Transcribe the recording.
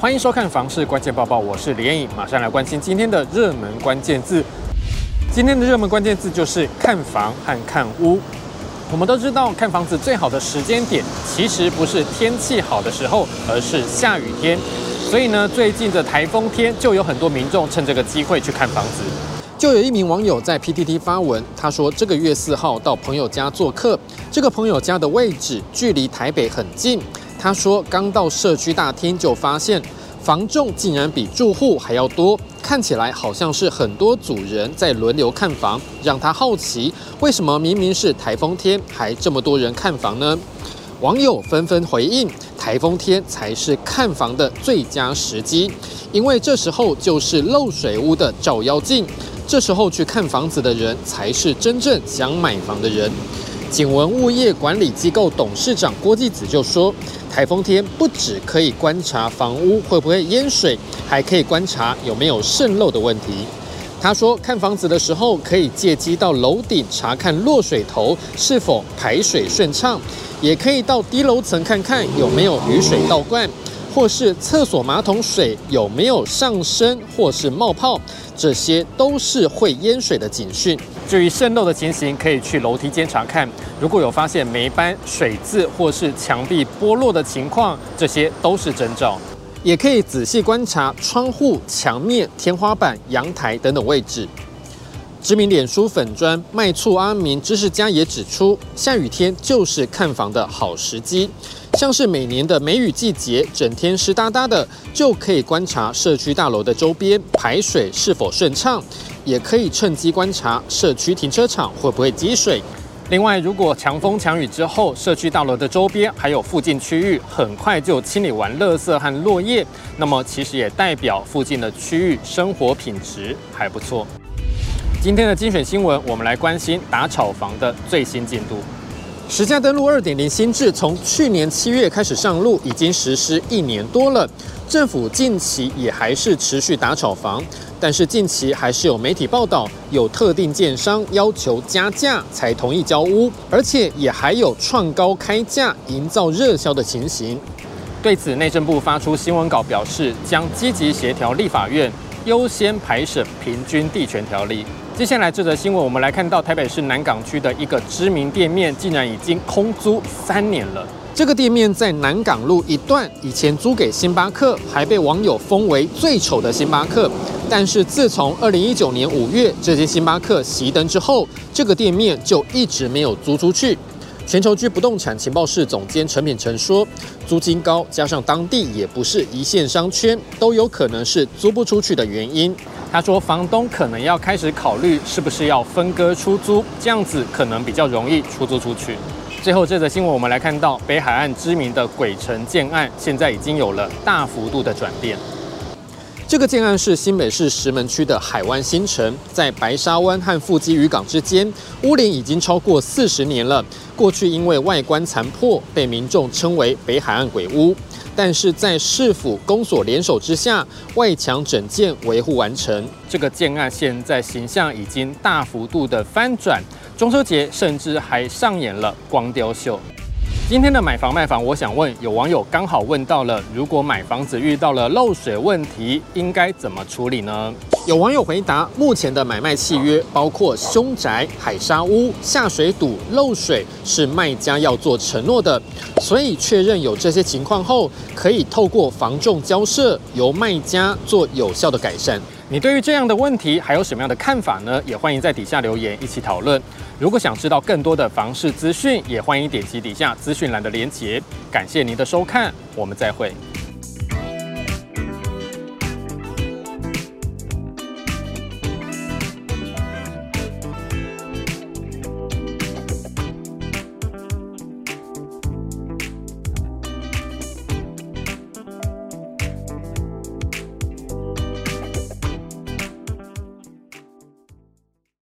欢迎收看《房市关键报报》，我是李彦颖，马上来关心今天的热门关键字。今天的热门关键字就是看房和看屋。我们都知道，看房子最好的时间点其实不是天气好的时候，而是下雨天。所以呢，最近的台风天就有很多民众趁这个机会去看房子。就有一名网友在 PTT 发文，他说这个月4号到朋友家做客，这个朋友家的位置距离台北很近。他说刚到社区大厅就发现房仲竟然比住户还要多，看起来好像是很多组人在轮流看房，让他好奇为什么明明是台风天还这么多人看房呢？网友纷纷回应，台风天才是看房的最佳时机，因为这时候就是漏水屋的照妖镜，这时候去看房子的人才是真正想买房的人。景文物业管理机构董事长郭继子就说，台风天不只可以观察房屋会不会淹水，还可以观察有没有渗漏的问题。他说，看房子的时候可以借机到楼顶查看落水头是否排水顺畅，也可以到低楼层看看有没有雨水倒灌，或是厕所马桶水有没有上升或是冒泡，这些都是会淹水的警讯。至于渗漏的情形，可以去楼梯间查看，如果有发现霉斑、水渍或是墙壁剥落的情况，这些都是征兆。也可以仔细观察窗户、墙面、天花板、阳台等等位置。知名脸书粉专卖醋阿明知识家也指出，下雨天就是看房的好时机。像是每年的梅雨季节，整天湿哒哒的，就可以观察社区大楼的周边排水是否顺畅，也可以趁机观察社区停车场会不会积水。另外，如果强风强雨之后，社区大楼的周边还有附近区域很快就清理完垃圾和落叶，那么其实也代表附近的区域生活品质还不错。今天的精选新闻，我们来关心打炒房的最新进度。实价登录 2.0 新制从去年7月开始上路，已经实施1年多了。政府近期也还是持续打炒房，但是近期还是有媒体报道，有特定建商要求加价才同意交屋，而且也还有创高开价营造热销的情形。对此，内政部发出新闻稿表示，将积极协调立法院优先排审平均地权条例。接下来这则新闻，我们来看到台北市南港区的一个知名店面，竟然已经空租3年了。这个店面在南港路一段，以前租给星巴克，还被网友封为最丑的星巴克。但是自从2019年5月这间星巴克熄灯之后，这个店面就一直没有租出去。全球居不动产情报室总监陈品成说，租金高加上当地也不是一线商圈，都有可能是租不出去的原因。他说，房东可能要开始考虑是不是要分割出租，这样子可能比较容易出租出去。最后这则新闻，我们来看到北海岸知名的鬼城建案，现在已经有了大幅度的转变。这个建案是新北市石门区的海湾新城，在白沙湾和富基渔港之间，屋龄已经超过40年了。过去因为外观残破，被民众称为北海岸鬼屋。但是在市府公所联手之下，外墙整建维护完成。这个建案现在形象已经大幅度的翻转，中秋节甚至还上演了光雕秀。今天的买房卖房，我想问，有网友刚好问到了，如果买房子遇到了漏水问题，应该怎么处理呢？有网友回答，目前的买卖契约包括凶宅、海砂屋、下水堵、漏水，是卖家要做承诺的，所以确认有这些情况后，可以透过房仲交涉，由卖家做有效的改善。你对于这样的问题还有什么样的看法呢？也欢迎在底下留言一起讨论。如果想知道更多的房市资讯，也欢迎点击底下资讯栏的连结。感谢您的收看，我们再会。